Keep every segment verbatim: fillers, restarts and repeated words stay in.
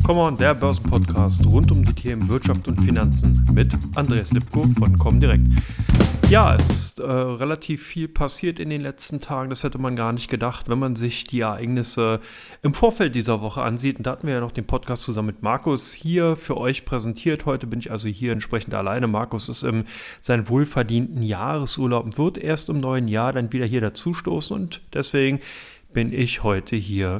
Come On, der Börsenpodcast rund um die Themen Wirtschaft und Finanzen mit Andreas Lipko von Comdirect. Ja, es ist äh, relativ viel passiert in den letzten Tagen, das hätte man gar nicht gedacht, wenn man sich die Ereignisse im Vorfeld dieser Woche ansieht. Und da hatten wir ja noch den Podcast zusammen mit Markus hier für euch präsentiert. Heute bin ich also hier entsprechend alleine. Markus ist im seinen wohlverdienten Jahresurlaub und wird erst im neuen Jahr dann wieder hier dazustoßen. Und deswegen bin ich heute hier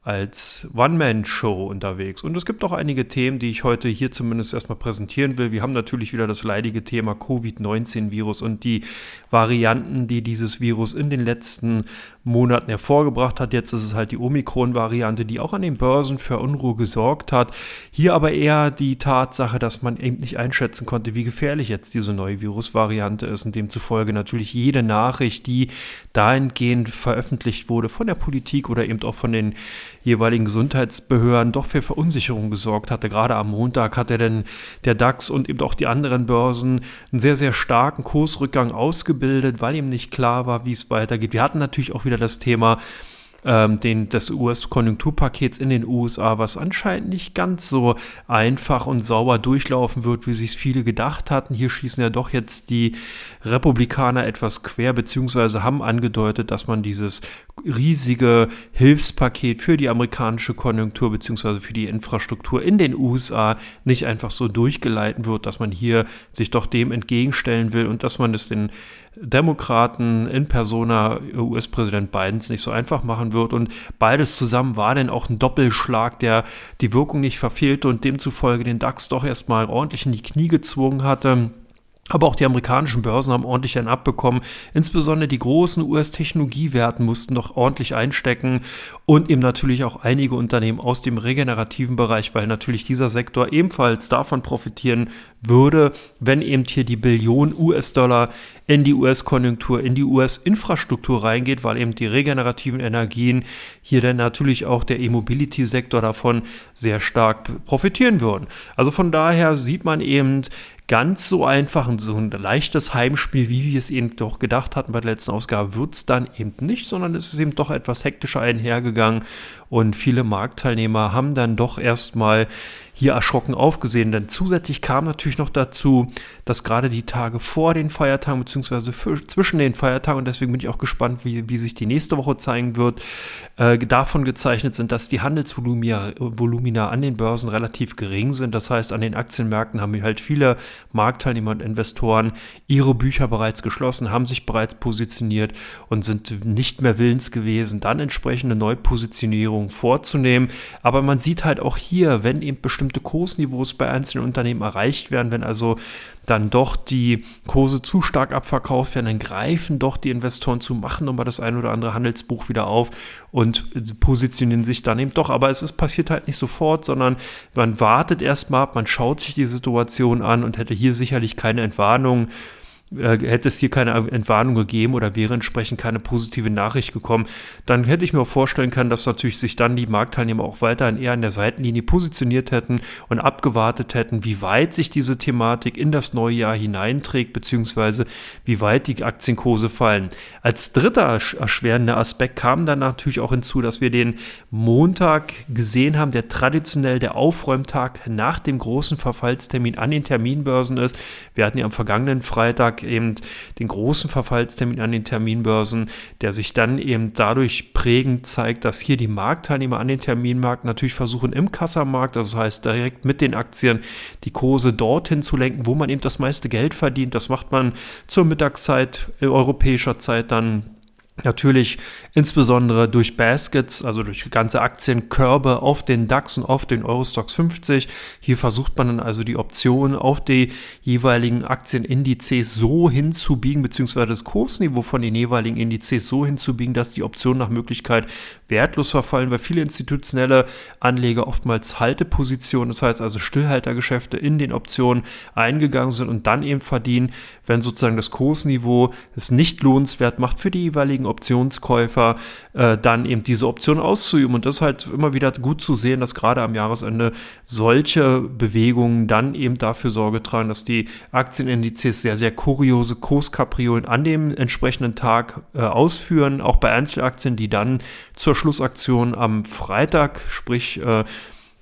als One-Man-Show unterwegs. Und es gibt auch einige Themen, die ich heute hier zumindest erstmal präsentieren will. Wir haben natürlich wieder das leidige Thema Covid neunzehn Virus und die Varianten, die dieses Virus in den letzten Monaten hervorgebracht hat. Jetzt ist es halt die Omikron-Variante, die auch an den Börsen für Unruhe gesorgt hat. Hier aber eher die Tatsache, dass man eben nicht einschätzen konnte, wie gefährlich jetzt diese neue Virusvariante ist und demzufolge natürlich jede Nachricht, die dahingehend veröffentlicht wurde von der Politik oder eben auch von den jeweiligen Gesundheitsbehörden doch für Verunsicherung gesorgt hatte. Gerade am Montag hatte denn der DAX und eben auch die anderen Börsen einen sehr, sehr starken Kursrückgang ausgebildet, weil eben nicht klar war, wie es weitergeht. Wir hatten natürlich auch wieder das Thema ähm, den, des U S-Konjunkturpakets in den U S A, was anscheinend nicht ganz so einfach und sauber durchlaufen wird, wie sich viele gedacht hatten. Hier schießen ja doch jetzt die Republikaner etwas quer, beziehungsweise haben angedeutet, dass man dieses riesige Hilfspaket für die amerikanische Konjunktur beziehungsweise für die Infrastruktur in den U S A nicht einfach so durchgeleiten wird, dass man hier sich doch dem entgegenstellen will und dass man es den Demokraten in Persona U S-Präsident Bidens nicht so einfach machen wird. Und beides zusammen war dann auch ein Doppelschlag, der die Wirkung nicht verfehlte und demzufolge den DAX doch erstmal ordentlich in die Knie gezwungen hatte. Aber auch die amerikanischen Börsen haben ordentlich einen abbekommen. Insbesondere die großen U S-Technologiewerten mussten doch ordentlich einstecken und eben natürlich auch einige Unternehmen aus dem regenerativen Bereich, weil natürlich dieser Sektor ebenfalls davon profitieren würde, wenn eben hier die Billionen U S-Dollar in die U S-Konjunktur, in die U S-Infrastruktur reingeht, weil eben die regenerativen Energien hier dann natürlich auch der E-Mobility-Sektor davon sehr stark profitieren würden. Also von daher sieht man eben, ganz so einfach und so ein leichtes Heimspiel, wie wir es eben doch gedacht hatten bei der letzten Ausgabe, wird es dann eben nicht, sondern es ist eben doch etwas hektischer einhergegangen und viele Marktteilnehmer haben dann doch erstmal hier erschrocken aufgesehen, denn zusätzlich kam natürlich noch dazu, dass gerade die Tage vor den Feiertagen bzw. zwischen den Feiertagen, und deswegen bin ich auch gespannt, wie, wie sich die nächste Woche zeigen wird, äh, davon gezeichnet sind, dass die Handelsvolumina Volumina an den Börsen relativ gering sind. Das heißt, an den Aktienmärkten haben halt viele Marktteilnehmer und Investoren ihre Bücher bereits geschlossen, haben sich bereits positioniert und sind nicht mehr willens gewesen, dann entsprechende Neupositionierung vorzunehmen. Aber man sieht halt auch hier, wenn eben bestimmte Kursniveaus bei einzelnen Unternehmen erreicht werden, wenn also dann doch die Kurse zu stark abverkauft werden, dann greifen doch die Investoren zu, machen nochmal das ein oder andere Handelsbuch wieder auf und positionieren sich dann eben doch. Aber es ist, passiert halt nicht sofort, sondern man wartet erstmal ab, man schaut sich die Situation an und hätte hier sicherlich keine Entwarnung, hätte es hier keine Entwarnung gegeben oder wäre entsprechend keine positive Nachricht gekommen, dann hätte ich mir auch vorstellen können, dass natürlich sich dann die Marktteilnehmer auch weiterhin eher an der Seitenlinie positioniert hätten und abgewartet hätten, wie weit sich diese Thematik in das neue Jahr hineinträgt, beziehungsweise wie weit die Aktienkurse fallen. Als dritter erschwerender Aspekt kam dann natürlich auch hinzu, dass wir den Montag gesehen haben, der traditionell der Aufräumtag nach dem großen Verfallstermin an den Terminbörsen ist. Wir hatten ja am vergangenen Freitag eben den großen Verfallstermin an den Terminbörsen, der sich dann eben dadurch prägend zeigt, dass hier die Marktteilnehmer an den Terminmärkten natürlich versuchen, im Kassamarkt, das heißt direkt mit den Aktien, die Kurse dorthin zu lenken, wo man eben das meiste Geld verdient. Das macht man zur Mittagszeit, äh, europäischer Zeit dann natürlich insbesondere durch Baskets, also durch ganze Aktienkörbe auf den DAX und auf den Eurostoxx fünfzig. Hier versucht man dann also die Optionen auf die jeweiligen Aktienindizes so hinzubiegen, beziehungsweise das Kursniveau von den jeweiligen Indizes so hinzubiegen, dass die Optionen nach Möglichkeit wertlos verfallen, weil viele institutionelle Anleger oftmals Haltepositionen, das heißt also Stillhaltergeschäfte in den Optionen eingegangen sind und dann eben verdienen, wenn sozusagen das Kursniveau es nicht lohnenswert macht für die jeweiligen Optionskäufer, äh, dann eben diese Option auszuüben. Und das ist halt immer wieder gut zu sehen, dass gerade am Jahresende solche Bewegungen dann eben dafür Sorge tragen, dass die Aktienindizes sehr, sehr kuriose Kurskapriolen an dem entsprechenden Tag äh, ausführen, auch bei Einzelaktien, die dann zur Schlussaktion am Freitag, sprich äh,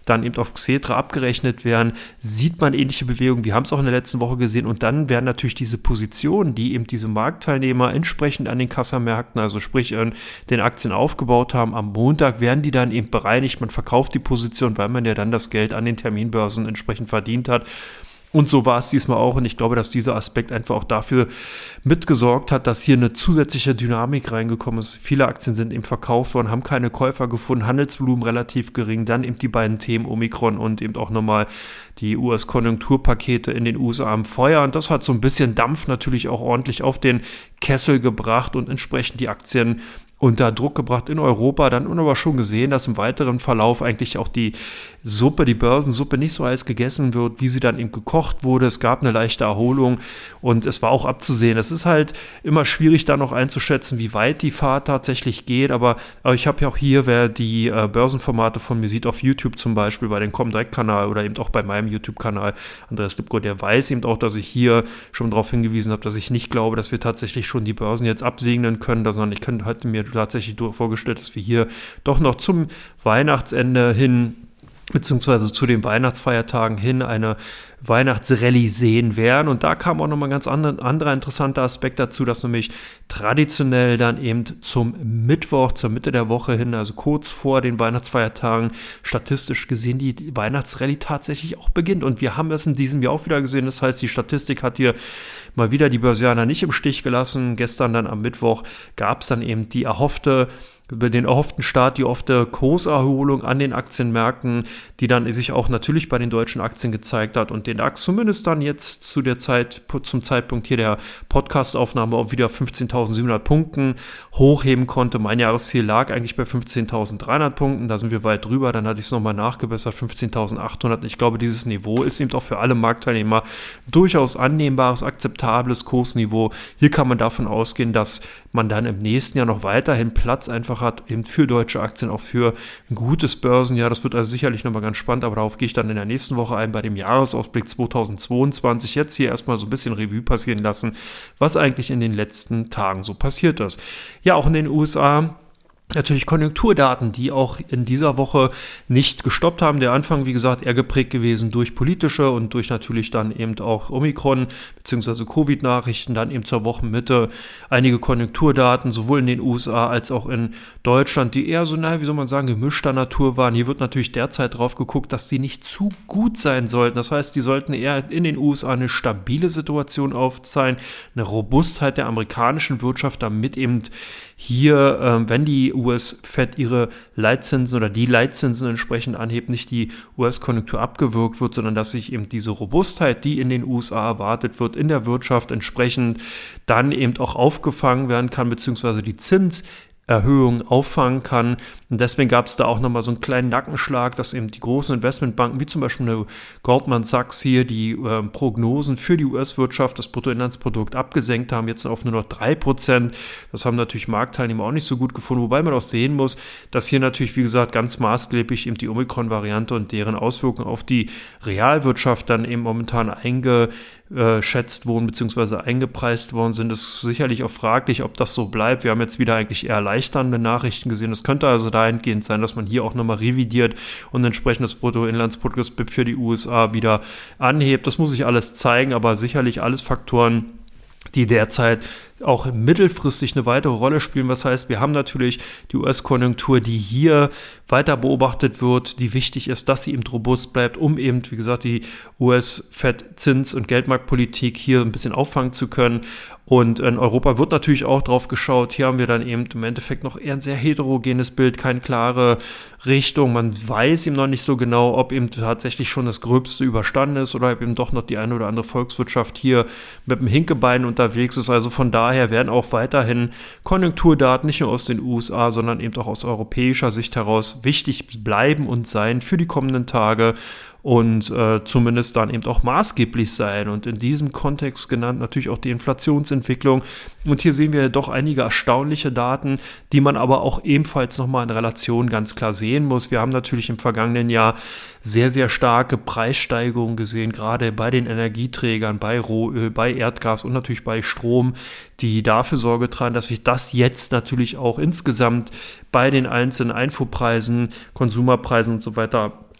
dann eben auf Xetra abgerechnet werden, sieht man ähnliche Bewegungen. Wir haben es auch in der letzten Woche gesehen und dann werden natürlich diese Positionen, die eben diese Marktteilnehmer entsprechend an den Kassamärkten, also sprich in den Aktien aufgebaut haben, am Montag werden die dann eben bereinigt. Man verkauft die Position, weil man ja dann das Geld an den Terminbörsen entsprechend verdient hat. Und so war es diesmal auch und ich glaube, dass dieser Aspekt einfach auch dafür mitgesorgt hat, dass hier eine zusätzliche Dynamik reingekommen ist. Viele Aktien sind eben verkauft worden, haben keine Käufer gefunden, Handelsvolumen relativ gering, dann eben die beiden Themen Omikron und eben auch nochmal die U S-Konjunkturpakete in den U S A am Feuer und das hat so ein bisschen Dampf natürlich auch ordentlich auf den Kessel gebracht und entsprechend die Aktien unter Druck gebracht in Europa, dann aber schon gesehen, dass im weiteren Verlauf eigentlich auch die Suppe, die Börsensuppe nicht so heiß gegessen wird, wie sie dann eben gekocht wurde. Es gab eine leichte Erholung und es war auch abzusehen. Es ist halt immer schwierig da noch einzuschätzen, wie weit die Fahrt tatsächlich geht, aber, aber ich habe ja auch hier, wer die äh, Börsenformate von mir sieht, auf YouTube zum Beispiel, bei dem Comdirect-Kanal oder eben auch bei meinem YouTube-Kanal, Andreas Lipko, der weiß eben auch, dass ich hier schon darauf hingewiesen habe, dass ich nicht glaube, dass wir tatsächlich schon die Börsen jetzt absegnen können, sondern ich könnte halt mir tatsächlich vorgestellt, dass wir hier doch noch zum Weihnachtsende hin beziehungsweise zu den Weihnachtsfeiertagen hin eine Weihnachtsrallye sehen werden. Und da kam auch nochmal ein ganz andere, anderer interessanter Aspekt dazu, dass nämlich traditionell dann eben zum Mittwoch, zur Mitte der Woche hin, also kurz vor den Weihnachtsfeiertagen, statistisch gesehen die Weihnachtsrallye tatsächlich auch beginnt. Und wir haben es in diesem Jahr auch wieder gesehen. Das heißt, die Statistik hat hier mal wieder die Börsianer nicht im Stich gelassen. Gestern dann am Mittwoch gab es dann eben die erhoffte über den erhofften Start, die erhoffte Kurserholung an den Aktienmärkten, die dann sich auch natürlich bei den deutschen Aktien gezeigt hat und den DAX zumindest dann jetzt zu der Zeit, zum Zeitpunkt hier der Podcastaufnahme auch wieder fünfzehntausendsiebenhundert Punkten hochheben konnte. Mein Jahresziel lag eigentlich bei fünfzehntausenddreihundert Punkten, da sind wir weit drüber, dann hatte ich es nochmal nachgebessert, fünfzehntausendachthundert. Ich glaube, dieses Niveau ist eben auch für alle Marktteilnehmer durchaus annehmbares, akzeptables Kursniveau. Hier kann man davon ausgehen, dass man dann im nächsten Jahr noch weiterhin Platz einfach hat, eben für deutsche Aktien, auch für ein gutes Börsenjahr. Das wird also sicherlich nochmal ganz spannend, aber darauf gehe ich dann in der nächsten Woche ein, bei dem Jahresausblick zweitausendzweiundzwanzig. Jetzt hier erstmal so ein bisschen Revue passieren lassen, was eigentlich in den letzten Tagen so passiert ist. Ja, auch in den U S A natürlich Konjunkturdaten, die auch in dieser Woche nicht gestoppt haben. Der Anfang, wie gesagt, eher geprägt gewesen durch politische und durch natürlich dann eben auch Omikron bzw. Covid-Nachrichten, dann eben zur Wochenmitte einige Konjunkturdaten, sowohl in den U S A als auch in Deutschland, die eher so, naja, wie soll man sagen, gemischter Natur waren. Hier wird natürlich derzeit drauf geguckt, dass die nicht zu gut sein sollten. Das heißt, die sollten eher in den U S A eine stabile Situation aufzeigen, eine Robustheit der amerikanischen Wirtschaft, damit eben hier, äh, wenn die U S-Fed ihre Leitzinsen oder die Leitzinsen entsprechend anhebt, nicht die U S-Konjunktur abgewürgt wird, sondern dass sich eben diese Robustheit, die in den U S A erwartet wird, in der Wirtschaft entsprechend dann eben auch aufgefangen werden kann, beziehungsweise die Zins Erhöhungen auffangen kann. Und deswegen gab es da auch nochmal so einen kleinen Nackenschlag, dass eben die großen Investmentbanken, wie zum Beispiel eine Goldman Sachs hier, die äh, Prognosen für die U S-Wirtschaft, das Bruttoinlandsprodukt abgesenkt haben, jetzt auf nur noch drei Prozent. Das haben natürlich Marktteilnehmer auch nicht so gut gefunden, wobei man auch sehen muss, dass hier natürlich, wie gesagt, ganz maßgeblich eben die Omikron-Variante und deren Auswirkungen auf die Realwirtschaft dann eben momentan einge geschätzt wurden bzw. eingepreist worden sind. Es ist sicherlich auch fraglich, ob das so bleibt. Wir haben jetzt wieder eigentlich eher erleichternde Nachrichten gesehen. Es könnte also dahingehend sein, dass man hier auch nochmal revidiert und entsprechend das Bruttoinlandsprodukt B I P für die U S A wieder anhebt. Das muss sich alles zeigen, aber sicherlich alles Faktoren, die derzeit auch mittelfristig eine weitere Rolle spielen. Was heißt, wir haben natürlich die U S-Konjunktur, die hier weiter beobachtet wird, die wichtig ist, dass sie eben robust bleibt, um eben, wie gesagt, die U S-Fed-Zins- und Geldmarktpolitik hier ein bisschen auffangen zu können. Und in Europa wird natürlich auch drauf geschaut. Hier haben wir dann eben im Endeffekt noch eher ein sehr heterogenes Bild, keine klare Richtung. Man weiß eben noch nicht so genau, ob eben tatsächlich schon das Gröbste überstanden ist oder ob eben doch noch die eine oder andere Volkswirtschaft hier mit dem Hinkebein unterwegs ist. Also von daher werden auch weiterhin Konjunkturdaten nicht nur aus den U S A, sondern eben auch aus europäischer Sicht heraus wichtig bleiben und sein für die kommenden Tage. Und äh, zumindest dann eben auch maßgeblich sein und in diesem Kontext genannt natürlich auch die Inflationsentwicklung. Und hier sehen wir doch einige erstaunliche Daten, die man aber auch ebenfalls nochmal in Relation ganz klar sehen muss. Wir haben natürlich im vergangenen Jahr sehr, sehr starke Preissteigerungen gesehen, gerade bei den Energieträgern, bei Rohöl, bei Erdgas und natürlich bei Strom, die dafür Sorge tragen, dass sich das jetzt natürlich auch insgesamt bei den einzelnen Einfuhrpreisen, Konsumerpreisen und so weiter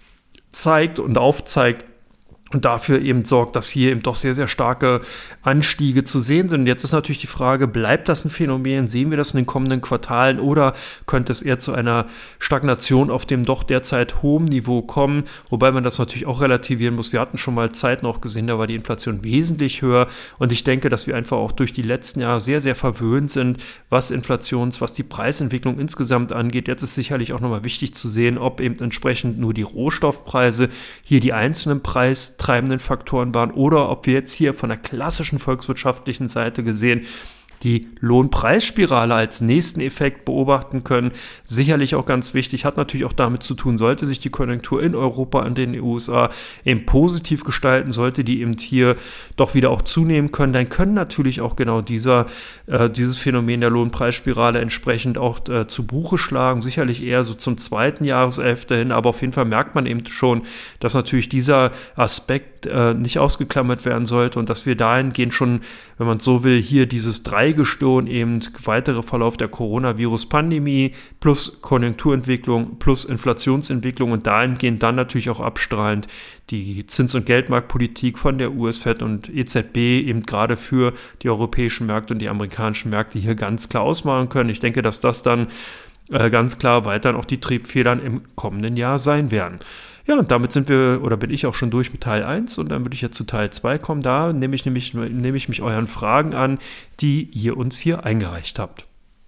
zeigt und aufzeigt, und dafür eben sorgt, dass hier eben doch sehr, sehr starke Anstiege zu sehen sind. Und jetzt ist natürlich die Frage, bleibt das ein Phänomen? Sehen wir das in den kommenden Quartalen oder könnte es eher zu einer Stagnation auf dem doch derzeit hohen Niveau kommen? Wobei man das natürlich auch relativieren muss. Wir hatten schon mal Zeiten auch gesehen, da war die Inflation wesentlich höher. Und ich denke, dass wir einfach auch durch die letzten Jahre sehr, sehr verwöhnt sind, was Inflations-, was die Preisentwicklung insgesamt angeht. Jetzt ist sicherlich auch nochmal wichtig zu sehen, ob eben entsprechend nur die Rohstoffpreise hier die einzelnen Preis treibenden Faktoren waren oder ob wir jetzt hier von der klassischen volkswirtschaftlichen Seite gesehen die Lohnpreisspirale als nächsten Effekt beobachten können. Sicherlich auch ganz wichtig, hat natürlich auch damit zu tun, sollte sich die Konjunktur in Europa und in den U S A eben positiv gestalten, sollte die eben hier doch wieder auch zunehmen können, dann können natürlich auch genau dieser, äh, dieses Phänomen der Lohnpreisspirale entsprechend auch äh, zu Buche schlagen, sicherlich eher so zum zweiten Jahreshälfte hin, aber auf jeden Fall merkt man eben schon, dass natürlich dieser Aspekt äh, nicht ausgeklammert werden sollte und dass wir dahingehend schon, wenn man so will, hier dieses drei Gestirn eben weitere Verlauf der Coronavirus-Pandemie plus Konjunkturentwicklung plus Inflationsentwicklung und dahingehend dann natürlich auch abstrahlend die Zins- und Geldmarktpolitik von der U S-Fed und E Z B eben gerade für die europäischen Märkte und die amerikanischen Märkte hier ganz klar ausmachen können. Ich denke, dass das dann äh, ganz klar weiterhin auch die Triebfedern im kommenden Jahr sein werden. Ja, und damit sind wir, oder bin ich auch schon durch mit Teil eins und dann würde ich jetzt zu Teil zwei kommen. Da nehme ich, nämlich, nehme ich mich euren Fragen an, die ihr uns hier eingereicht habt.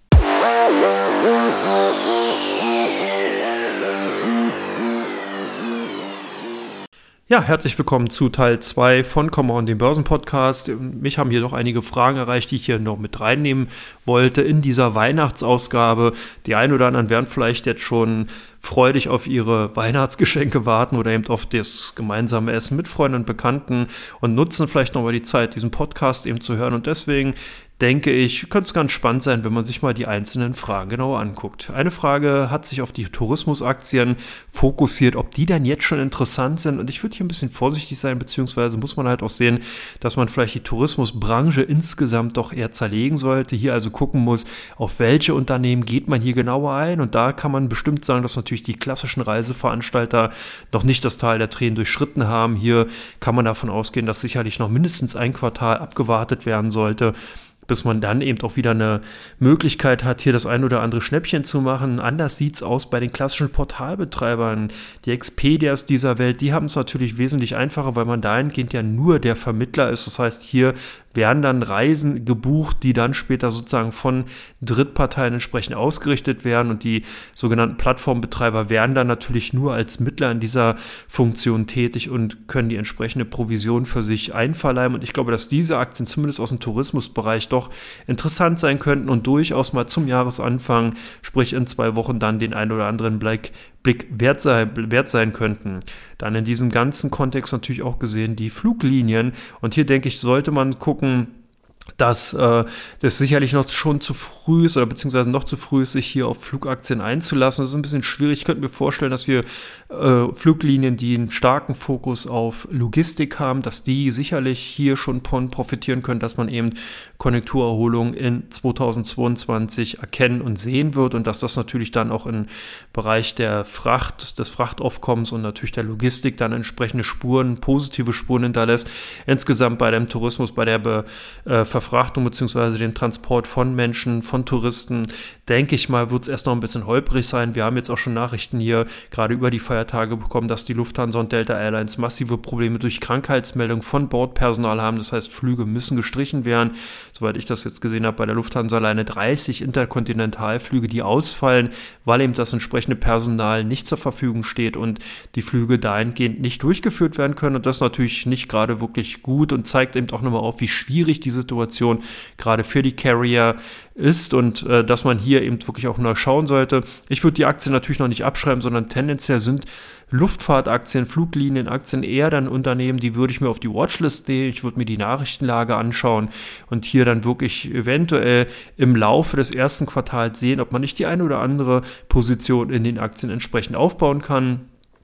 Ja, herzlich willkommen zu Teil zwei von Come On, dem Börsenpodcast. Mich haben hier doch einige Fragen erreicht, die ich hier noch mit reinnehmen wollte in dieser Weihnachtsausgabe. Die einen oder anderen werden vielleicht jetzt schon freudig auf ihre Weihnachtsgeschenke warten oder eben auf das gemeinsame Essen mit Freunden und Bekannten und nutzen vielleicht noch mal die Zeit, diesen Podcast eben zu hören. Und deswegen denke ich, könnte es ganz spannend sein, wenn man sich mal die einzelnen Fragen genauer anguckt. Eine Frage hat sich auf die Tourismusaktien fokussiert, ob die dann jetzt schon interessant sind. Und ich würde hier ein bisschen vorsichtig sein, beziehungsweise muss man halt auch sehen, dass man vielleicht die Tourismusbranche insgesamt doch eher zerlegen sollte. Hier also gucken muss, auf welche Unternehmen geht man hier genauer ein. Und da kann man bestimmt sagen, dass natürlich die klassischen Reiseveranstalter noch nicht das Tal der Tränen durchschritten haben. Hier kann man davon ausgehen, dass sicherlich noch mindestens ein Quartal abgewartet werden sollte, bis man dann eben auch wieder eine Möglichkeit hat, hier das ein oder andere Schnäppchen zu machen. Anders sieht es aus bei den klassischen Portalbetreibern. Die Expedias dieser Welt, die haben es natürlich wesentlich einfacher, weil man dahingehend ja nur der Vermittler ist. Das heißt, hier werden dann Reisen gebucht, die dann später sozusagen von Drittparteien entsprechend ausgerichtet werden und die sogenannten Plattformbetreiber werden dann natürlich nur als Mittler in dieser Funktion tätig und können die entsprechende Provision für sich einverleiben und ich glaube, dass diese Aktien zumindest aus dem Tourismusbereich doch interessant sein könnten und durchaus mal zum Jahresanfang, sprich in zwei Wochen dann den ein oder anderen Blick Blick wert sein, wert sein könnten. Dann in diesem ganzen Kontext natürlich auch gesehen die Fluglinien. Und hier denke ich, sollte man gucken, dass äh, das sicherlich noch schon zu früh ist oder beziehungsweise noch zu früh ist, sich hier auf Flugaktien einzulassen. Das ist ein bisschen schwierig. Ich könnte mir vorstellen, dass wir äh, Fluglinien, die einen starken Fokus auf Logistik haben, dass die sicherlich hier schon von profitieren können, dass man eben Konjunkturerholung in zweitausendzweiundzwanzig erkennen und sehen wird und dass das natürlich dann auch im Bereich der Fracht, des Frachtaufkommens und natürlich der Logistik dann entsprechende Spuren, positive Spuren hinterlässt. Insgesamt bei dem Tourismus, bei der Be- äh, Verfrachtung bzw. den Transport von Menschen, von Touristen, denke ich mal, wird es erst noch ein bisschen holprig sein. Wir haben jetzt auch schon Nachrichten hier gerade über die Feiertage bekommen, dass die Lufthansa und Delta Airlines massive Probleme durch Krankheitsmeldungen von Bordpersonal haben. Das heißt, Flüge müssen gestrichen werden. Soweit ich das jetzt gesehen habe, bei der Lufthansa alleine dreißig Interkontinentalflüge, die ausfallen, weil eben das entsprechende Personal nicht zur Verfügung steht und die Flüge dahingehend nicht durchgeführt werden können. Und das ist natürlich nicht gerade wirklich gut und zeigt eben auch nochmal auf, wie schwierig die Situation gerade für die Carrier ist und äh, dass man hier eben wirklich auch noch schauen sollte. Ich würde die Aktien natürlich noch nicht abschreiben, sondern tendenziell sind Luftfahrtaktien, Fluglienienaktien eher dann Unternehmen, die würde ich mir auf die Watchlist nehmen, ich würde mir die Nachrichtenlage anschauen und hier dann wirklich eventuell im Laufe des ersten Quartals sehen, ob man nicht die eine oder andere Position in den Aktien entsprechend aufbauen kann.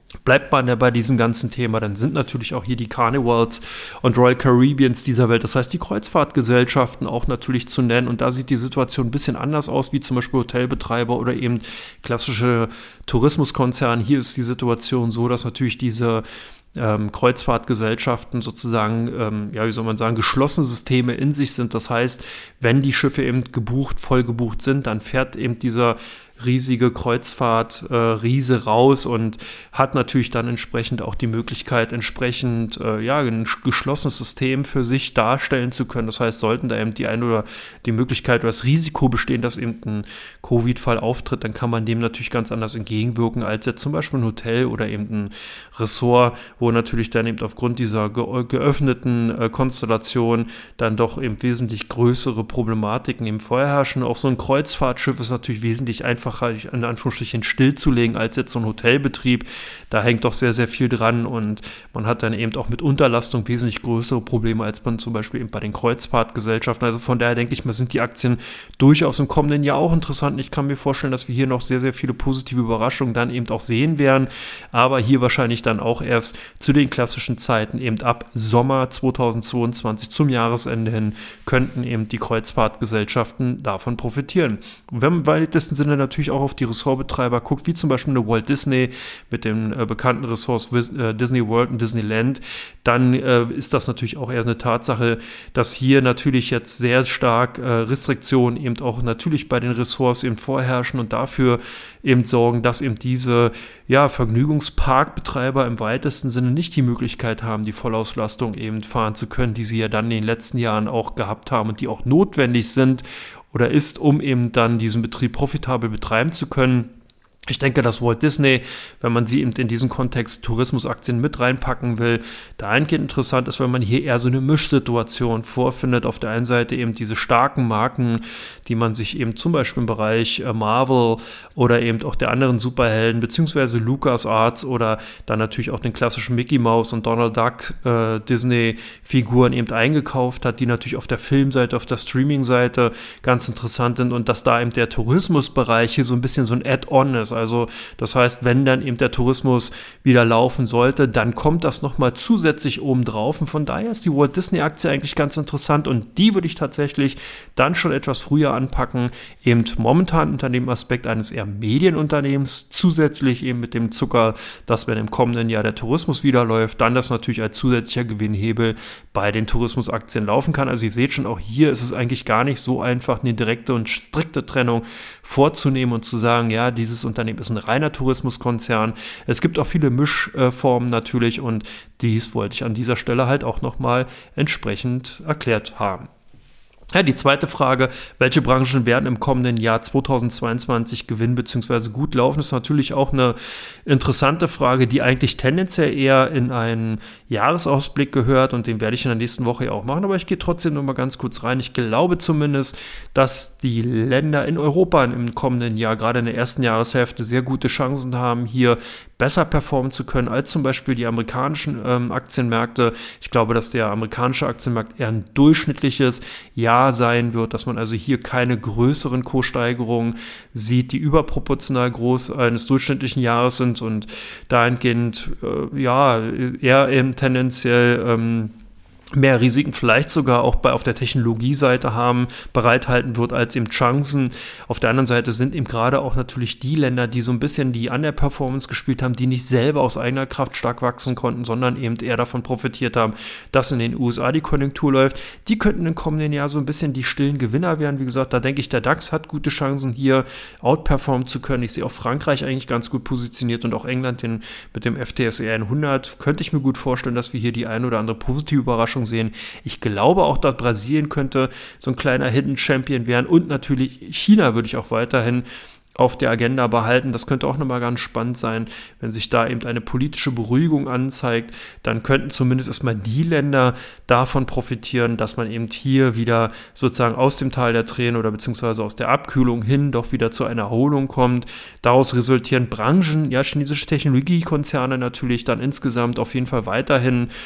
Bleibt man ja bei diesem ganzen Thema, dann sind natürlich auch hier die Carnivals und Royal Caribbeans dieser Welt, das heißt die Kreuzfahrtgesellschaften auch natürlich zu nennen. Und da sieht die Situation ein bisschen anders aus, wie zum Beispiel Hotelbetreiber oder eben klassische Tourismuskonzerne. Hier ist die Situation so, dass natürlich diese ähm, Kreuzfahrtgesellschaften sozusagen, ähm, ja, wie soll man sagen, geschlossene Systeme in sich sind. Das heißt, wenn die Schiffe eben gebucht, voll gebucht sind, dann fährt eben dieser riesige Kreuzfahrt äh, Riese raus und hat natürlich dann entsprechend auch die Möglichkeit, entsprechend äh, ja, ein geschlossenes System für sich darstellen zu können. Das heißt, sollten da eben die ein oder die Möglichkeit oder das Risiko bestehen, dass eben ein Covid-Fall auftritt, dann kann man dem natürlich ganz anders entgegenwirken, als jetzt zum Beispiel ein Hotel oder eben ein Ressort, wo natürlich dann eben aufgrund dieser ge geöffneten äh, Konstellation dann doch eben wesentlich größere Problematiken eben vorherrschen. Auch so ein Kreuzfahrtschiff ist natürlich wesentlich einfacher, in Anführungsstrichen stillzulegen als jetzt so ein Hotelbetrieb. Da hängt doch sehr, sehr viel dran und man hat dann eben auch mit Unterlastung wesentlich größere Probleme als man zum Beispiel eben bei den Kreuzfahrtgesellschaften. Also von daher denke ich mal, sind die Aktien durchaus im kommenden Jahr auch interessant. Ich kann mir vorstellen, dass wir hier noch sehr, sehr viele positive Überraschungen dann eben auch sehen werden, aber hier wahrscheinlich dann auch erst zu den klassischen Zeiten eben ab Sommer zweitausendzweiundzwanzig zum Jahresende hin könnten eben die Kreuzfahrtgesellschaften davon profitieren. Und wenn man im weitesten Sinne natürlich auch auf die Ressortbetreiber guckt, wie zum Beispiel eine Walt Disney mit den äh, bekannten Ressorts äh, Disney World und Disneyland, dann äh, ist das natürlich auch eher eine Tatsache, dass hier natürlich jetzt sehr stark äh, Restriktionen eben auch natürlich bei den Ressorts eben vorherrschen und dafür eben sorgen, dass eben diese ja, Vergnügungsparkbetreiber im weitesten Sinne nicht die Möglichkeit haben, die Vollauslastung eben fahren zu können, die sie ja dann in den letzten Jahren auch gehabt haben und die auch notwendig sind oder ist, um eben dann diesen Betrieb profitabel betreiben zu können. Ich denke, dass Walt Disney, wenn man sie eben in diesen Kontext Tourismusaktien mit reinpacken will, dahingehend interessant ist, wenn man hier eher so eine Mischsituation vorfindet. Auf der einen Seite eben diese starken Marken, die man sich eben zum Beispiel im Bereich Marvel oder eben auch der anderen Superhelden beziehungsweise LucasArts oder dann natürlich auch den klassischen Mickey Mouse und Donald Duck äh, Disney-Figuren eben eingekauft hat, die natürlich auf der Filmseite, auf der Streaming-Seite ganz interessant sind und dass da eben der Tourismusbereich hier so ein bisschen so ein Add-on ist. Also das heißt, wenn dann eben der Tourismus wieder laufen sollte, dann kommt das nochmal zusätzlich oben drauf. Und von daher ist die Walt Disney-Aktie eigentlich ganz interessant und die würde ich tatsächlich dann schon etwas früher anpacken, eben momentan unter dem Aspekt eines eher Medienunternehmens, zusätzlich eben mit dem Zucker, dass wenn im kommenden Jahr der Tourismus wieder läuft, dann das natürlich als zusätzlicher Gewinnhebel bei den Tourismusaktien laufen kann. Also ihr seht schon, auch hier ist es eigentlich gar nicht so einfach, eine direkte und strikte Trennung vorzunehmen und zu sagen, ja, dieses Unternehmen ist ein reiner Tourismuskonzern. Es gibt auch viele Mischformen natürlich und dies wollte ich an dieser Stelle halt auch nochmal entsprechend erklärt haben. Ja, die zweite Frage, welche Branchen werden im kommenden Jahr zweitausendzweiundzwanzig gewinnen bzw. gut laufen, ist natürlich auch eine interessante Frage, die eigentlich tendenziell eher in einen Jahresausblick gehört und den werde ich in der nächsten Woche ja auch machen, aber ich gehe trotzdem noch mal ganz kurz rein. Ich glaube zumindest, dass die Länder in Europa im kommenden Jahr, gerade in der ersten Jahreshälfte, sehr gute Chancen haben, hier besser performen zu können als zum Beispiel die amerikanischen ähm, Aktienmärkte. Ich glaube, dass der amerikanische Aktienmarkt eher ein durchschnittliches Jahr sein wird, dass man also hier keine größeren Kurssteigerungen sieht, die überproportional groß eines durchschnittlichen Jahres sind und dahingehend äh, ja eher eben tendenziell ähm, mehr Risiken vielleicht sogar auch bei, auf der Technologieseite haben, bereithalten wird als eben Chancen. Auf der anderen Seite sind eben gerade auch natürlich die Länder, die so ein bisschen die Underperformance gespielt haben, die nicht selber aus eigener Kraft stark wachsen konnten, sondern eben eher davon profitiert haben, dass in den U S A die Konjunktur läuft. Die könnten im kommenden Jahr so ein bisschen die stillen Gewinner werden. Wie gesagt, da denke ich, der DAX hat gute Chancen, hier outperformen zu können. Ich sehe auch Frankreich eigentlich ganz gut positioniert und auch England den, mit dem F T S E hundert. Könnte ich mir gut vorstellen, dass wir hier die ein oder andere positive Überraschung sehen. Ich glaube auch, dass Brasilien könnte so ein kleiner Hidden Champion werden und natürlich China würde ich auch weiterhin auf der Agenda behalten. Das könnte auch nochmal ganz spannend sein, wenn sich da eben eine politische Beruhigung anzeigt, dann könnten zumindest erstmal die Länder davon profitieren, dass man eben hier wieder sozusagen aus dem Tal der Tränen oder beziehungsweise aus der Abkühlung hin doch wieder zu einer Erholung kommt. Daraus resultieren Branchen, ja, chinesische Technologiekonzerne natürlich dann insgesamt auf jeden Fall weiterhin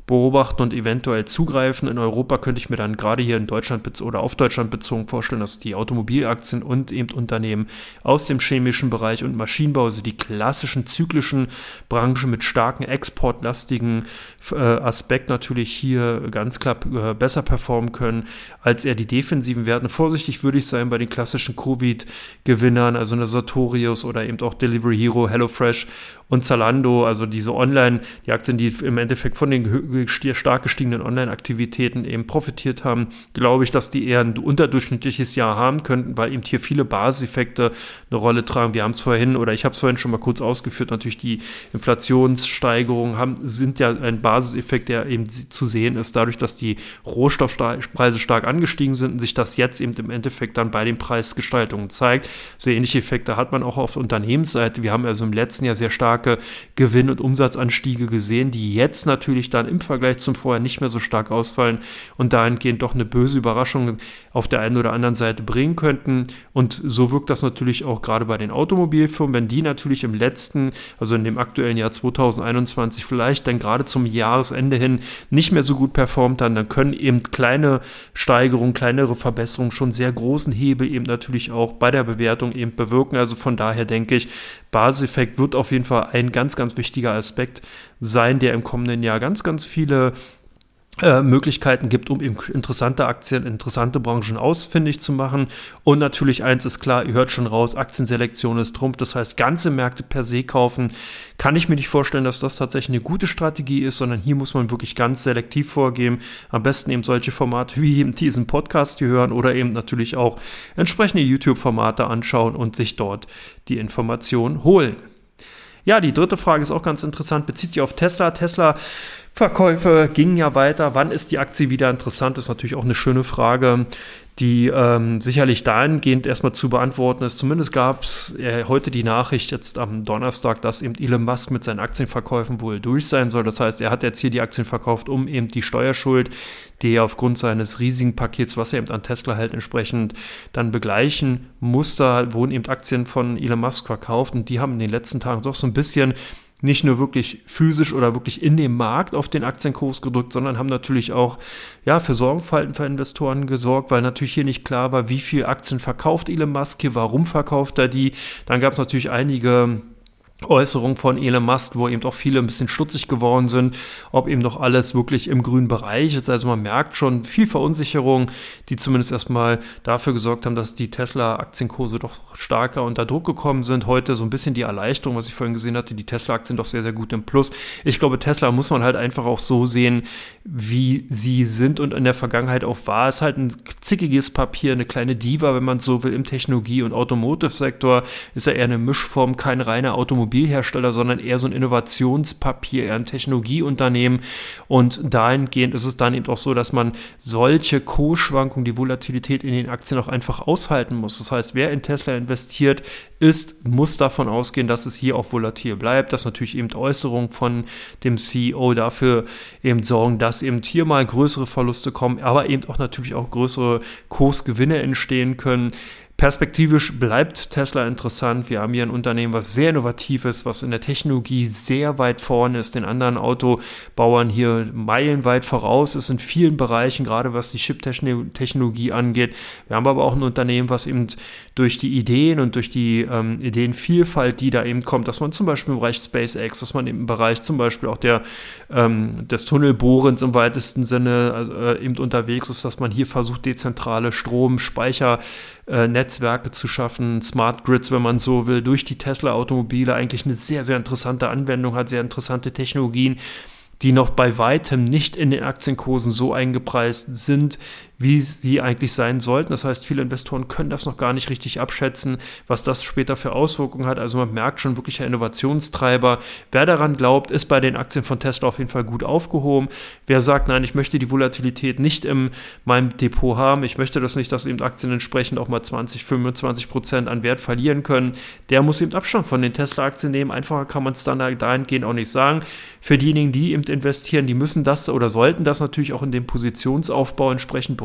beobachten und eventuell zugreifen. In Europa könnte ich mir dann gerade hier in Deutschland oder auf Deutschland bezogen vorstellen, dass die Automobilaktien und eben Unternehmen aus dem chemischen Bereich und Maschinenbau, also die klassischen zyklischen Branchen mit starken exportlastigen äh, Aspekt natürlich hier ganz klar äh, besser performen können als eher die defensiven Werte. Vorsichtig würde ich sein bei den klassischen Covid-Gewinnern, also eine Sartorius oder eben auch Delivery Hero, HelloFresh und Zalando, also diese Online, die Aktien, die im Endeffekt von den stark gestiegenen Online-Aktivitäten eben profitiert haben, glaube ich, dass die eher ein unterdurchschnittliches Jahr haben könnten, weil eben hier viele Basiseffekte eine Rolle tragen. Wir haben es vorhin, oder ich habe es vorhin schon mal kurz ausgeführt, natürlich die Inflationssteigerungen haben, sind ja ein Basiseffekt, der eben zu sehen ist, dadurch, dass die Rohstoffpreise stark angestiegen sind und sich das jetzt eben im Endeffekt dann bei den Preisgestaltungen zeigt. So ähnliche Effekte hat man auch auf der Unternehmensseite. Wir haben also im letzten Jahr sehr stark Gewinn- und Umsatzanstiege gesehen, die jetzt natürlich dann im Vergleich zum Vorher nicht mehr so stark ausfallen und dahingehend doch eine böse Überraschung auf der einen oder anderen Seite bringen könnten. Und so wirkt das natürlich auch gerade bei den Automobilfirmen, wenn die natürlich im letzten, also in dem aktuellen Jahr zweitausendeinundzwanzig vielleicht dann gerade zum Jahresende hin nicht mehr so gut performt haben, dann können eben kleine Steigerungen, kleinere Verbesserungen schon sehr großen Hebel eben natürlich auch bei der Bewertung eben bewirken. Also von daher denke ich, Basiseffekt wird auf jeden Fall ein ganz, ganz wichtiger Aspekt sein, der im kommenden Jahr ganz, ganz viele äh, Möglichkeiten gibt, um eben interessante Aktien, interessante Branchen ausfindig zu machen. Und natürlich eins ist klar, ihr hört schon raus, Aktienselektion ist Trumpf. Das heißt, ganze Märkte per se kaufen, kann ich mir nicht vorstellen, dass das tatsächlich eine gute Strategie ist, sondern hier muss man wirklich ganz selektiv vorgehen. Am besten eben solche Formate wie eben diesen Podcast hier hören oder eben natürlich auch entsprechende YouTube-Formate anschauen und sich dort die Informationen holen. Ja, die dritte Frage ist auch ganz interessant, bezieht sich auf Tesla. Tesla Verkäufe gingen ja weiter. Wann ist die Aktie wieder interessant? Ist natürlich auch eine schöne Frage, die ähm, sicherlich dahingehend erstmal zu beantworten ist. Zumindest gab es äh, heute die Nachricht jetzt am Donnerstag, dass eben Elon Musk mit seinen Aktienverkäufen wohl durch sein soll. Das heißt, er hat jetzt hier die Aktien verkauft, um eben die Steuerschuld, die er aufgrund seines riesigen Pakets, was er eben an Tesla hält, entsprechend dann begleichen musste, wurden eben Aktien von Elon Musk verkauft und die haben in den letzten Tagen doch so ein bisschen nicht nur wirklich physisch oder wirklich in dem Markt auf den Aktienkurs gedrückt, sondern haben natürlich auch ja, für Sorgenfalten für Investoren gesorgt, weil natürlich hier nicht klar war, wie viel Aktien verkauft Elon Musk hier, warum verkauft er die. Dann gab es natürlich einige Äußerung von Elon Musk, wo eben auch viele ein bisschen stutzig geworden sind, ob eben doch alles wirklich im grünen Bereich ist. Also man merkt schon viel Verunsicherung, die zumindest erstmal dafür gesorgt haben, dass die Tesla-Aktienkurse doch stärker unter Druck gekommen sind. Heute so ein bisschen die Erleichterung, was ich vorhin gesehen hatte, die Tesla-Aktien doch sehr, sehr gut im Plus. Ich glaube, Tesla muss man halt einfach auch so sehen, wie sie sind und in der Vergangenheit auch war. Es ist halt ein zickiges Papier, eine kleine Diva, wenn man so will, im Technologie- und Automotive-Sektor. Ist ja eher eine Mischform, kein reiner Automobil Automobilhersteller, sondern eher so ein Innovationspapier, eher ein Technologieunternehmen und dahingehend ist es dann eben auch so, dass man solche Kursschwankungen, die Volatilität in den Aktien auch einfach aushalten muss. Das heißt, wer in Tesla investiert ist, muss davon ausgehen, dass es hier auch volatil bleibt, dass natürlich eben Äußerungen von dem C E O dafür eben sorgen, dass eben hier mal größere Verluste kommen, aber eben auch natürlich auch größere Kursgewinne entstehen können. Perspektivisch bleibt Tesla interessant. Wir haben hier ein Unternehmen, was sehr innovativ ist, was in der Technologie sehr weit vorne ist, den anderen Autobauern hier meilenweit voraus ist in vielen Bereichen, gerade was die Chip-Technologie angeht. Wir haben aber auch ein Unternehmen, was eben durch die Ideen und durch die ähm, Ideenvielfalt, die da eben kommt, dass man zum Beispiel im Bereich SpaceX, dass man im Bereich zum Beispiel auch der, ähm, des Tunnelbohrens im weitesten Sinne also, äh, eben unterwegs ist, dass man hier versucht, dezentrale Strom-, Speicher- Äh, Netzwerke zu schaffen, Smart Grids, wenn man so will, durch die Tesla-Automobile eigentlich eine sehr, sehr interessante Anwendung hat, sehr interessante Technologien, die noch bei weitem nicht in den Aktienkursen so eingepreist sind, wie sie eigentlich sein sollten. Das heißt, viele Investoren können das noch gar nicht richtig abschätzen, was das später für Auswirkungen hat. Also man merkt schon wirklich ein Innovationstreiber. Wer daran glaubt, ist bei den Aktien von Tesla auf jeden Fall gut aufgehoben. Wer sagt, nein, ich möchte die Volatilität nicht in meinem Depot haben, ich möchte das nicht, dass eben Aktien entsprechend auch mal zwanzig, fünfundzwanzig Prozent an Wert verlieren können, der muss eben Abstand von den Tesla-Aktien nehmen. Einfacher kann man es dann dahingehend auch nicht sagen. Für diejenigen, die eben investieren, die müssen das oder sollten das natürlich auch in dem Positionsaufbau entsprechend berücksichtigen.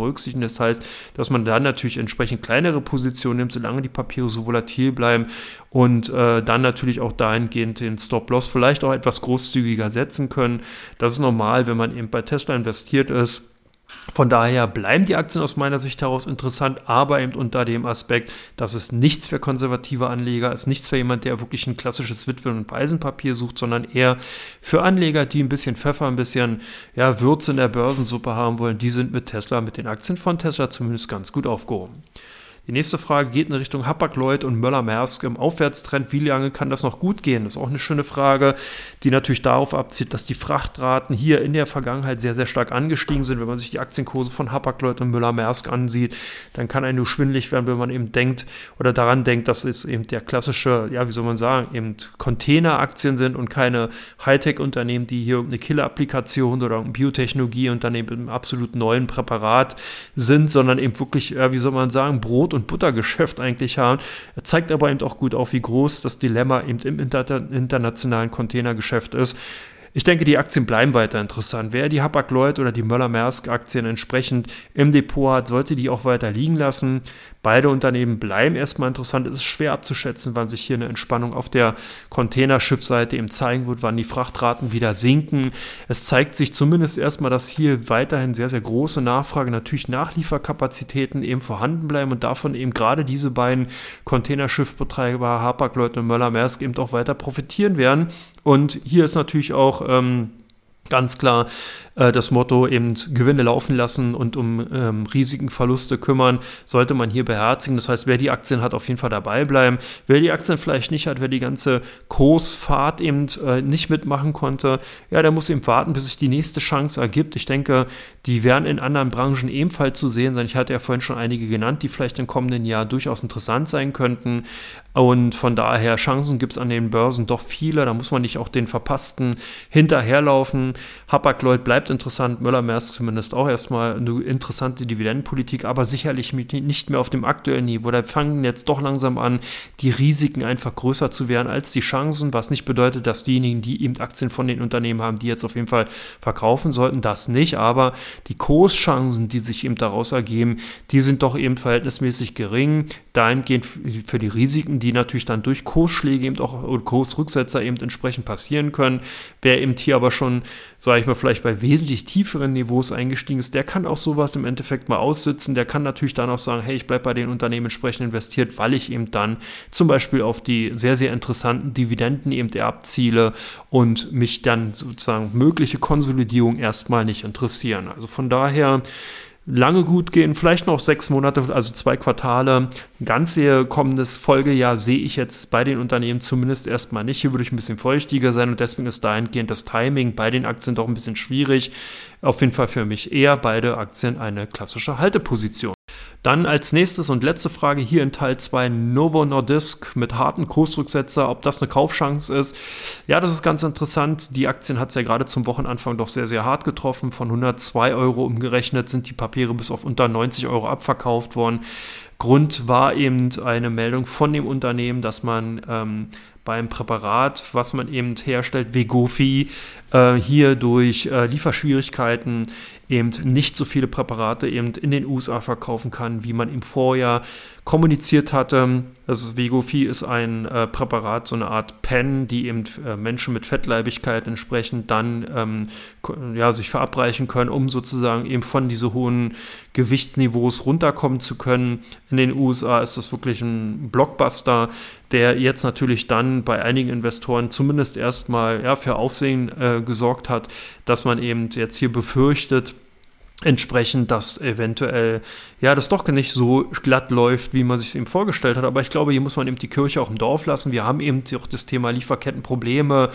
berücksichtigen. Das heißt, dass man dann natürlich entsprechend kleinere Positionen nimmt, solange die Papiere so volatil bleiben und äh, dann natürlich auch dahingehend den Stop-Loss vielleicht auch etwas großzügiger setzen können. Das ist normal, wenn man eben bei Tesla investiert ist. Von daher bleiben die Aktien aus meiner Sicht heraus interessant, aber eben unter dem Aspekt, dass es nichts für konservative Anleger ist, nichts für jemand, der wirklich ein klassisches Witwen- und Waisenpapier sucht, sondern eher für Anleger, die ein bisschen Pfeffer, ein bisschen ja, Würze in der Börsensuppe haben wollen. Die sind mit Tesla, mit den Aktien von Tesla zumindest ganz gut aufgehoben. Die nächste Frage geht in Richtung Hapag-Lloyd und Möller-Maersk im Aufwärtstrend. Wie lange kann das noch gut gehen? Das ist auch eine schöne Frage, die natürlich darauf abzielt, dass die Frachtraten hier in der Vergangenheit sehr, sehr stark angestiegen sind. Wenn man sich die Aktienkurse von Hapag-Lloyd und Möller-Maersk ansieht, dann kann einem nur schwindelig werden, wenn man eben denkt oder daran denkt, dass es eben der klassische, ja, wie soll man sagen, eben Container-Aktien sind und keine Hightech-Unternehmen, die hier irgendeine Killer-Applikation oder ein Biotechnologie-Unternehmen im absolut neuen Präparat sind, sondern eben wirklich, ja, wie soll man sagen, Brot- und Buttergeschäft eigentlich haben. Er zeigt aber eben auch gut auf, wie groß das Dilemma eben im inter- internationalen Containergeschäft ist. Ich denke, die Aktien bleiben weiter interessant. Wer die Hapag-Lloyd oder die Möller-Maersk-Aktien entsprechend im Depot hat, sollte die auch weiter liegen lassen. Beide Unternehmen bleiben erstmal interessant. Es ist schwer abzuschätzen, wann sich hier eine Entspannung auf der Containerschiffseite eben zeigen wird, wann die Frachtraten wieder sinken. Es zeigt sich zumindest erstmal, dass hier weiterhin sehr, sehr große Nachfrage, natürlich Nachlieferkapazitäten eben vorhanden bleiben und davon eben gerade diese beiden Containerschiffbetreiber Hapag-Lloyd und Möller-Maersk eben auch weiter profitieren werden. Und hier ist natürlich auch ähm, ganz klar äh, das Motto, eben Gewinne laufen lassen und um ähm, Risiken, Verluste kümmern, sollte man hier beherzigen. Das heißt, wer die Aktien hat, auf jeden Fall dabei bleiben. Wer die Aktien vielleicht nicht hat, wer die ganze Kursfahrt eben äh, nicht mitmachen konnte, ja, der muss eben warten, bis sich die nächste Chance ergibt. Ich denke, die werden in anderen Branchen ebenfalls zu sehen sein. Ich hatte ja vorhin schon einige genannt, die vielleicht im kommenden Jahr durchaus interessant sein könnten. Und von daher, Chancen gibt es an den Börsen doch viele. Da muss man nicht auch den Verpassten hinterherlaufen. Hapag-Lloyd bleibt interessant, Möller-Maersk zumindest auch erstmal eine interessante Dividendenpolitik, aber sicherlich nicht mehr auf dem aktuellen Niveau. Da fangen jetzt doch langsam an, die Risiken einfach größer zu werden als die Chancen, was nicht bedeutet, dass diejenigen, die eben Aktien von den Unternehmen haben, die jetzt auf jeden Fall verkaufen sollten, das nicht, aber die Kurschancen, die sich eben daraus ergeben, die sind doch eben verhältnismäßig gering, dahingehend für die Risiken, die natürlich dann durch Kursschläge eben auch oder Kursrücksetzer eben entsprechend passieren können. Wer eben hier aber schon, sage ich mal, vielleicht bei wesentlich tieferen Niveaus eingestiegen ist, der kann auch sowas im Endeffekt mal aussitzen. Der kann natürlich dann auch sagen, hey, ich bleibe bei den Unternehmen entsprechend investiert, weil ich eben dann zum Beispiel auf die sehr, sehr interessanten Dividenden eben abziele und mich dann sozusagen mögliche Konsolidierung erstmal nicht interessieren. Also von daher lange gut gehen, vielleicht noch sechs Monate, also zwei Quartale. Ein ganzes kommendes Folgejahr sehe ich jetzt bei den Unternehmen zumindest erstmal nicht. Hier würde ich ein bisschen feuchtiger sein und deswegen ist dahingehend das Timing bei den Aktien doch ein bisschen schwierig. Auf jeden Fall für mich eher beide Aktien eine klassische Halteposition. Dann als nächstes und letzte Frage hier in Teil zwei Novo Nordisk mit harten Kursrücksetzer, ob das eine Kaufchance ist. Ja, das ist ganz interessant. Die Aktien hat es ja gerade zum Wochenanfang doch sehr, sehr hart getroffen. Von hundertzwei Euro umgerechnet sind die Papiere bis auf unter neunzig Euro abverkauft worden. Grund war eben eine Meldung von dem Unternehmen, dass man ähm, beim Präparat, was man eben herstellt, Wegovy, äh, hier durch äh, Lieferschwierigkeiten eben nicht so viele Präparate eben in den U S A verkaufen kann, wie man im Vorjahr kommuniziert hatte. Also Wegovy ist ein äh, Präparat, so eine Art Pen, die eben äh, Menschen mit Fettleibigkeit entsprechend dann ähm, ja, sich verabreichen können, um sozusagen eben von diesen hohen Gewichtsniveaus runterkommen zu können. In den U S A ist das wirklich ein Blockbuster, der jetzt natürlich dann bei einigen Investoren zumindest erstmal ja, für Aufsehen äh, gesorgt hat, dass man eben jetzt hier befürchtet, entsprechend, dass eventuell ja das doch nicht so glatt läuft, wie man sich es eben vorgestellt hat. Aber ich glaube, hier muss man eben die Kirche auch im Dorf lassen. Wir haben eben auch das Thema Lieferkettenprobleme,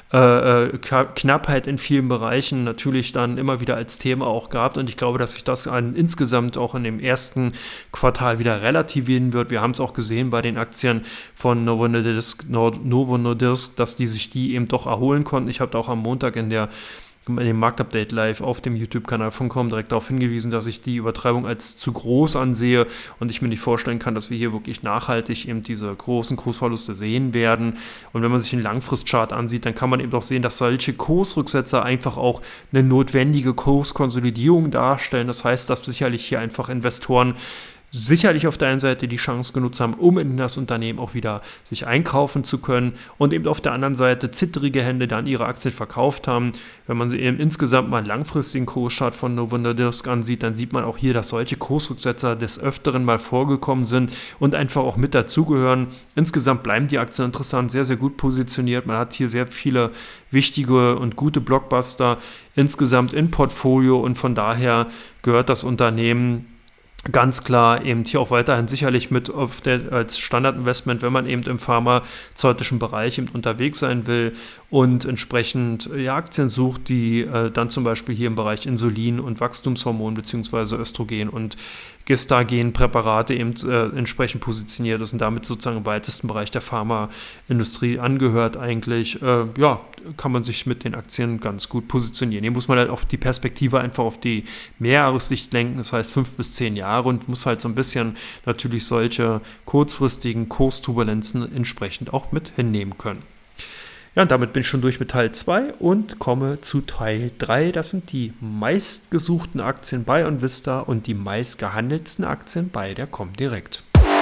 äh, Knappheit in vielen Bereichen natürlich dann immer wieder als Thema auch gehabt. Und ich glaube, dass sich das an, insgesamt auch in dem ersten Quartal wieder relativieren wird. Wir haben es auch gesehen bei den Aktien von Novo Nordisk, Novo Nordisk, dass die sich die eben doch erholen konnten. Ich habe da auch am Montag in der in dem Marktupdate live auf dem YouTube-Kanal von Comdirect darauf hingewiesen, dass ich die Übertreibung als zu groß ansehe und ich mir nicht vorstellen kann, dass wir hier wirklich nachhaltig eben diese großen Kursverluste sehen werden. Und wenn man sich den Langfristchart ansieht, dann kann man eben auch sehen, dass solche Kursrücksetzer einfach auch eine notwendige Kurskonsolidierung darstellen. Das heißt, dass sicherlich hier einfach Investoren sicherlich auf der einen Seite die Chance genutzt haben, um in das Unternehmen auch wieder sich einkaufen zu können und eben auf der anderen Seite zittrige Hände dann ihre Aktien verkauft haben. Wenn man sich eben insgesamt mal einen langfristigen Kurschart von Novo Nordisk ansieht, dann sieht man auch hier, dass solche Kursrücksetzer des Öfteren mal vorgekommen sind und einfach auch mit dazugehören. Insgesamt bleiben die Aktien interessant, sehr, sehr gut positioniert. Man hat hier sehr viele wichtige und gute Blockbuster insgesamt im Portfolio und von daher gehört das Unternehmen ganz klar eben hier auch weiterhin sicherlich mit auf der, als Standardinvestment, wenn man eben im pharmazeutischen Bereich eben unterwegs sein will und entsprechend ja, Aktien sucht, die äh, dann zum Beispiel hier im Bereich Insulin und Wachstumshormon bzw. Östrogen und Gestagen-Präparate eben äh, entsprechend positioniert ist und damit sozusagen im weitesten Bereich der Pharmaindustrie angehört eigentlich, äh, ja, kann man sich mit den Aktien ganz gut positionieren. Hier muss man halt auch die Perspektive einfach auf die Mehrjahressicht lenken, das heißt fünf bis zehn Jahre und muss halt so ein bisschen natürlich solche kurzfristigen Kursturbulenzen entsprechend auch mit hinnehmen können. Ja, und damit bin ich schon durch mit Teil zwei und komme zu Teil drei. Das sind die meistgesuchten Aktien bei OnVista und die meistgehandelten Aktien bei der Comdirect.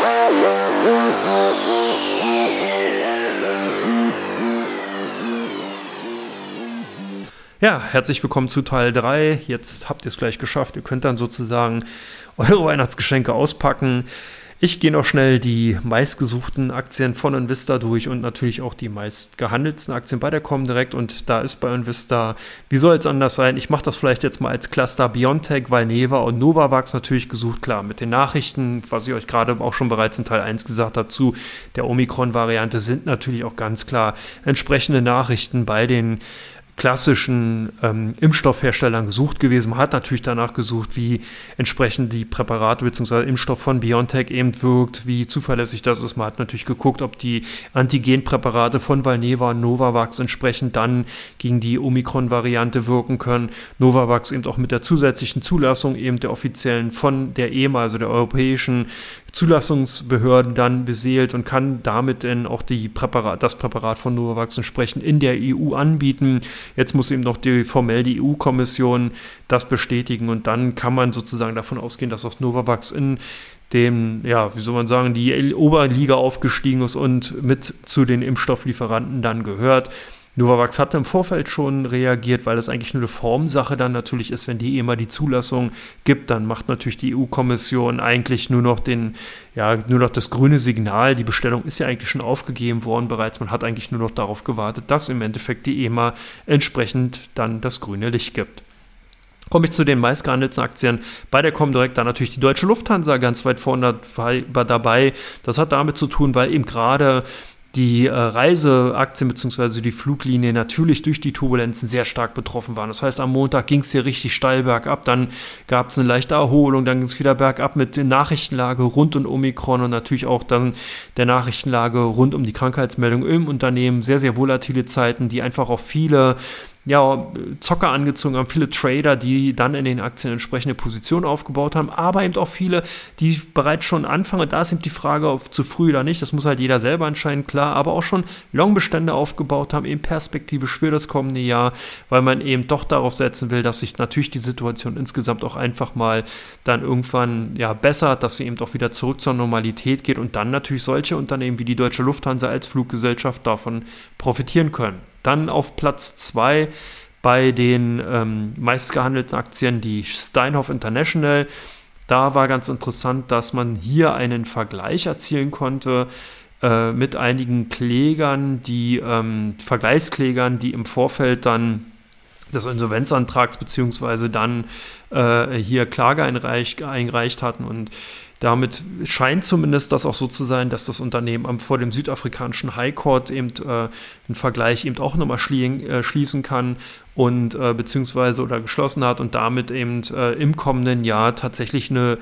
Ja, herzlich willkommen zu Teil drei. Jetzt habt ihr es gleich geschafft. Ihr könnt dann sozusagen eure Weihnachtsgeschenke auspacken. Ich gehe noch schnell die meistgesuchten Aktien von OnVista durch und natürlich auch die meistgehandelten Aktien bei der Comdirect. Und da ist bei OnVista, wie soll es anders sein? Ich mache das vielleicht jetzt mal als Cluster BioNTech, Valneva und Novavax natürlich gesucht. Klar, mit den Nachrichten, was ich euch gerade auch schon bereits in Teil eins gesagt habe, zu der Omikron-Variante sind natürlich auch ganz klar entsprechende Nachrichten bei den klassischen ähm, Impfstoffherstellern gesucht gewesen. Man hat natürlich danach gesucht, wie entsprechend die Präparate bzw. Impfstoff von BioNTech eben wirkt, wie zuverlässig das ist. Man hat natürlich geguckt, ob die Antigenpräparate von Valneva und Novavax entsprechend dann gegen die Omikron-Variante wirken können. Novavax eben auch mit der zusätzlichen Zulassung eben der offiziellen von der E M A, also der europäischen Zulassungsbehörden dann beseelt und kann damit dann auch die Präparat, das Präparat von Novavax entsprechend in der E U anbieten. Jetzt muss eben noch die, formell die E U-Kommission das bestätigen und dann kann man sozusagen davon ausgehen, dass auch Novavax in dem, ja, wie soll man sagen, die Oberliga aufgestiegen ist und mit zu den Impfstofflieferanten dann gehört. Novavax hat im Vorfeld schon reagiert, weil das eigentlich nur eine Formsache dann natürlich ist, wenn die E M A die Zulassung gibt, dann macht natürlich die E U-Kommission eigentlich nur noch den, ja, nur noch das grüne Signal. Die Bestellung ist ja eigentlich schon aufgegeben worden bereits. Man hat eigentlich nur noch darauf gewartet, dass im Endeffekt die E M A entsprechend dann das grüne Licht gibt. Komme ich zu den meistgehandelten Aktien bei der Comdirect, da natürlich die Deutsche Lufthansa ganz weit vorne dabei. Das hat damit zu tun, weil eben gerade die äh, Reiseaktien bzw. die Fluglinie natürlich durch die Turbulenzen sehr stark betroffen waren. Das heißt, am Montag ging es hier richtig steil bergab, dann gab es eine leichte Erholung, dann ging es wieder bergab mit der Nachrichtenlage rund um Omikron und natürlich auch dann der Nachrichtenlage rund um die Krankheitsmeldung im Unternehmen. Sehr, sehr volatile Zeiten, die einfach auch viele ja, Zocker angezogen haben, viele Trader, die dann in den Aktien entsprechende Positionen aufgebaut haben, aber eben auch viele, die bereits schon anfangen. Da ist eben die Frage, ob zu früh oder nicht, das muss halt jeder selber entscheiden, klar, aber auch schon Longbestände aufgebaut haben, eben perspektivisch für das kommende Jahr, weil man eben doch darauf setzen will, dass sich natürlich die Situation insgesamt auch einfach mal dann irgendwann ja bessert, dass sie eben auch wieder zurück zur Normalität geht und dann natürlich solche Unternehmen wie die Deutsche Lufthansa als Fluggesellschaft davon profitieren können. Dann auf Platz zwei bei den ähm, meistgehandelten Aktien die Steinhoff International. Da war ganz interessant, dass man hier einen Vergleich erzielen konnte äh, mit einigen Klägern, die ähm, Vergleichsklägern, die im Vorfeld dann des Insolvenzantrags beziehungsweise dann äh, hier Klage einreich, eingereicht hatten und damit scheint zumindest das auch so zu sein, dass das Unternehmen am, vor dem südafrikanischen High Court eben äh, einen Vergleich eben auch nochmal schlie- äh, schließen kann und äh, beziehungsweise oder geschlossen hat und damit eben äh, im kommenden Jahr tatsächlich eine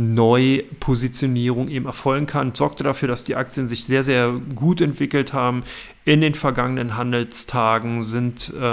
Neupositionierung eben erfolgen kann. Sorgte dafür, dass die Aktien sich sehr, sehr gut entwickelt haben. In den vergangenen Handelstagen sind äh,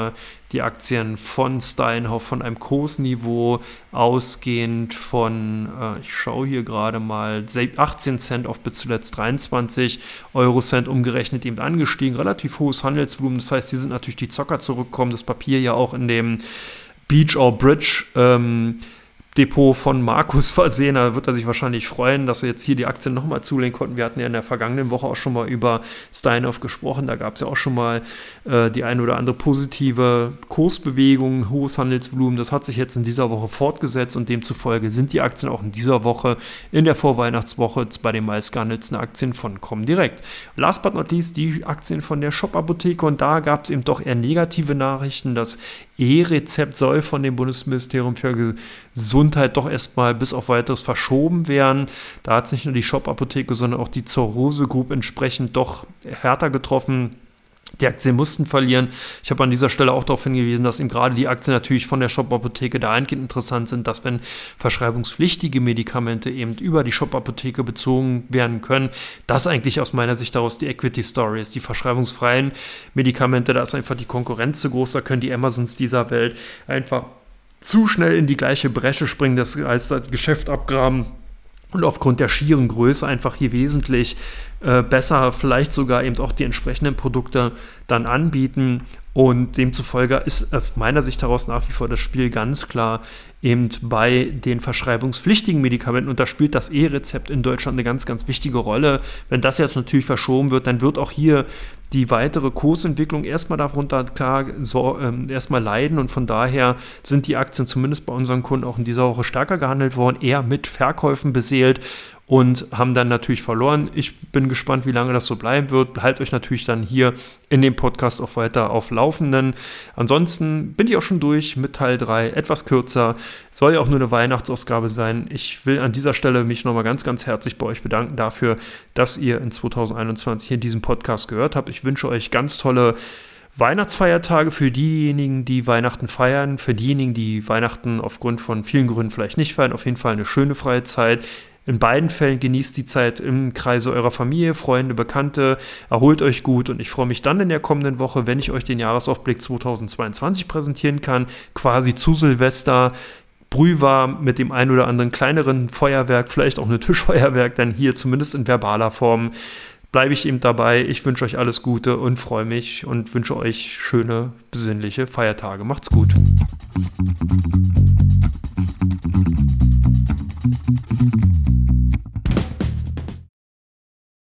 die Aktien von Steinhoff von einem Kursniveau ausgehend von, äh, ich schaue hier gerade mal, achtzehn Cent auf bis zuletzt dreiundzwanzig Eurocent umgerechnet eben angestiegen. Relativ hohes Handelsvolumen, das heißt, hier sind natürlich die Zocker zurückgekommen. Das Papier ja auch in dem Beach or Bridge ähm, Depot von Markus versehen. Da wird er sich wahrscheinlich freuen, dass wir jetzt hier die Aktien nochmal zulegen konnten. Wir hatten ja in der vergangenen Woche auch schon mal über Steinhoff gesprochen. Da gab es ja auch schon mal äh, die ein oder andere positive Kursbewegung, hohes Handelsvolumen. Das hat sich jetzt in dieser Woche fortgesetzt und demzufolge sind die Aktien auch in dieser Woche, in der Vorweihnachtswoche, bei den meistgehandelten Aktien von Comdirect. Last but not least die Aktien von der Shop-Apotheke, und da gab es eben doch eher negative Nachrichten. Das E-Rezept soll von dem Bundesministerium für Gesundheit doch erstmal bis auf weiteres verschoben werden. Da hat es nicht nur die Shop-Apotheke, sondern auch die Zur-Rose Group entsprechend doch härter getroffen. Die Aktien mussten verlieren. Ich habe an dieser Stelle auch darauf hingewiesen, dass eben gerade die Aktien natürlich von der Shop-Apotheke dahingehend interessant sind, dass wenn verschreibungspflichtige Medikamente eben über die Shop-Apotheke bezogen werden können, das eigentlich aus meiner Sicht daraus die Equity-Story ist. Die verschreibungsfreien Medikamente, da ist einfach die Konkurrenz zu groß, da können die Amazons dieser Welt einfach zu schnell in die gleiche Bresche springen, das als das Geschäft abgraben und aufgrund der schieren Größe einfach hier wesentlich äh, besser, vielleicht sogar eben auch die entsprechenden Produkte dann anbieten. Und demzufolge ist aus meiner Sicht heraus nach wie vor das Spiel ganz klar eben bei den verschreibungspflichtigen Medikamenten. Und da spielt das E-Rezept in Deutschland eine ganz, ganz wichtige Rolle. Wenn das jetzt natürlich verschoben wird, dann wird auch hier die weitere Kursentwicklung erstmal darunter klar so, ähm, erstmal leiden. Und von daher sind die Aktien zumindest bei unseren Kunden auch in dieser Woche stärker gehandelt worden, eher mit Verkäufen beseelt und haben dann natürlich verloren. Ich bin gespannt, wie lange das so bleiben wird. Haltet euch natürlich dann hier in dem Podcast auch weiter auf Laufenden. Ansonsten bin ich auch schon durch mit Teil drei, etwas kürzer. Soll ja auch nur eine Weihnachtsausgabe sein. Ich will an dieser Stelle mich nochmal ganz, ganz herzlich bei euch bedanken dafür, dass ihr in zweitausendeinundzwanzig hier diesen Podcast gehört habt. Ich wünsche euch ganz tolle Weihnachtsfeiertage für diejenigen, die Weihnachten feiern, für diejenigen, die Weihnachten aufgrund von vielen Gründen vielleicht nicht feiern. Auf jeden Fall eine schöne freie Zeit. In beiden Fällen genießt die Zeit im Kreise eurer Familie, Freunde, Bekannte, erholt euch gut und ich freue mich dann in der kommenden Woche, wenn ich euch den Jahresausblick zweitausendzweiundzwanzig präsentieren kann, quasi zu Silvester, brühwarm mit dem ein oder anderen kleineren Feuerwerk, vielleicht auch ein Tischfeuerwerk, dann hier zumindest in verbaler Form. Bleibe ich eben dabei. Ich wünsche euch alles Gute und freue mich und wünsche euch schöne, besinnliche Feiertage. Macht's gut.